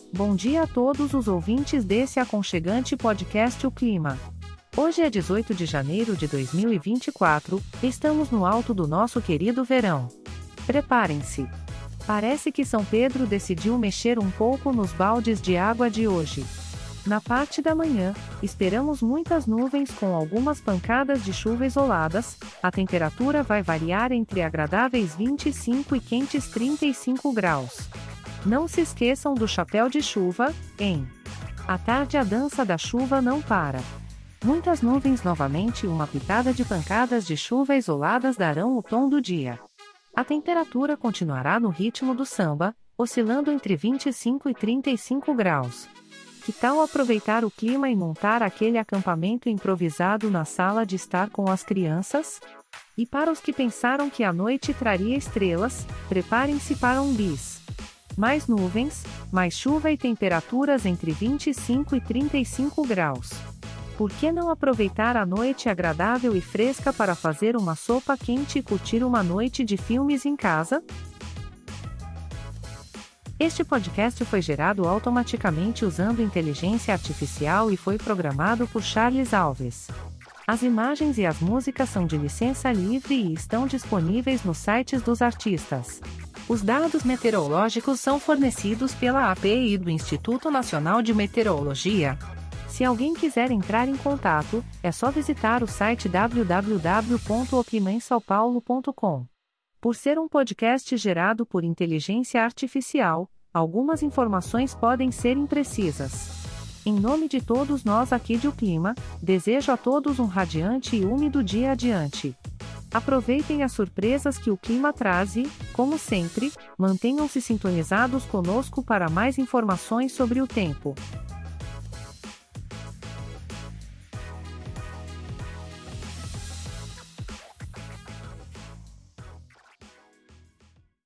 Bom dia a todos os ouvintes desse aconchegante podcast O Clima. Hoje é 18 de janeiro de 2024, estamos no alto do nosso querido verão. Preparem-se. Parece que São Pedro decidiu mexer um pouco nos baldes de água de hoje. Na parte da manhã, esperamos muitas nuvens com algumas pancadas de chuva isoladas, a temperatura vai variar entre agradáveis 25 e quentes 35 graus. Não se esqueçam do chapéu de chuva, hein? À tarde a dança da chuva não para. Muitas nuvens novamente e uma pitada de pancadas de chuva isoladas darão o tom do dia. A temperatura continuará no ritmo do samba, oscilando entre 25 e 35 graus. Que tal aproveitar o clima e montar aquele acampamento improvisado na sala de estar com as crianças? E para os que pensaram que a noite traria estrelas, preparem-se para um bis. Mais nuvens, mais chuva e temperaturas entre 25 e 35 graus. Por que não aproveitar a noite agradável e fresca para fazer uma sopa quente e curtir uma noite de filmes em casa? Este podcast foi gerado automaticamente usando inteligência artificial e foi programado por Charles Alves. As imagens e as músicas são de licença livre e estão disponíveis nos sites dos artistas. Os dados meteorológicos são fornecidos pela API do Instituto Nacional de Meteorologia. Se alguém quiser entrar em contato, é só visitar o site www.oclimaemsaopaulo.com. Por ser um podcast gerado por inteligência artificial, algumas informações podem ser imprecisas. Em nome de todos nós aqui de O Clima, desejo a todos um radiante e úmido dia adiante. Aproveitem as surpresas que o clima traz e, como sempre, mantenham-se sintonizados conosco para mais informações sobre o tempo.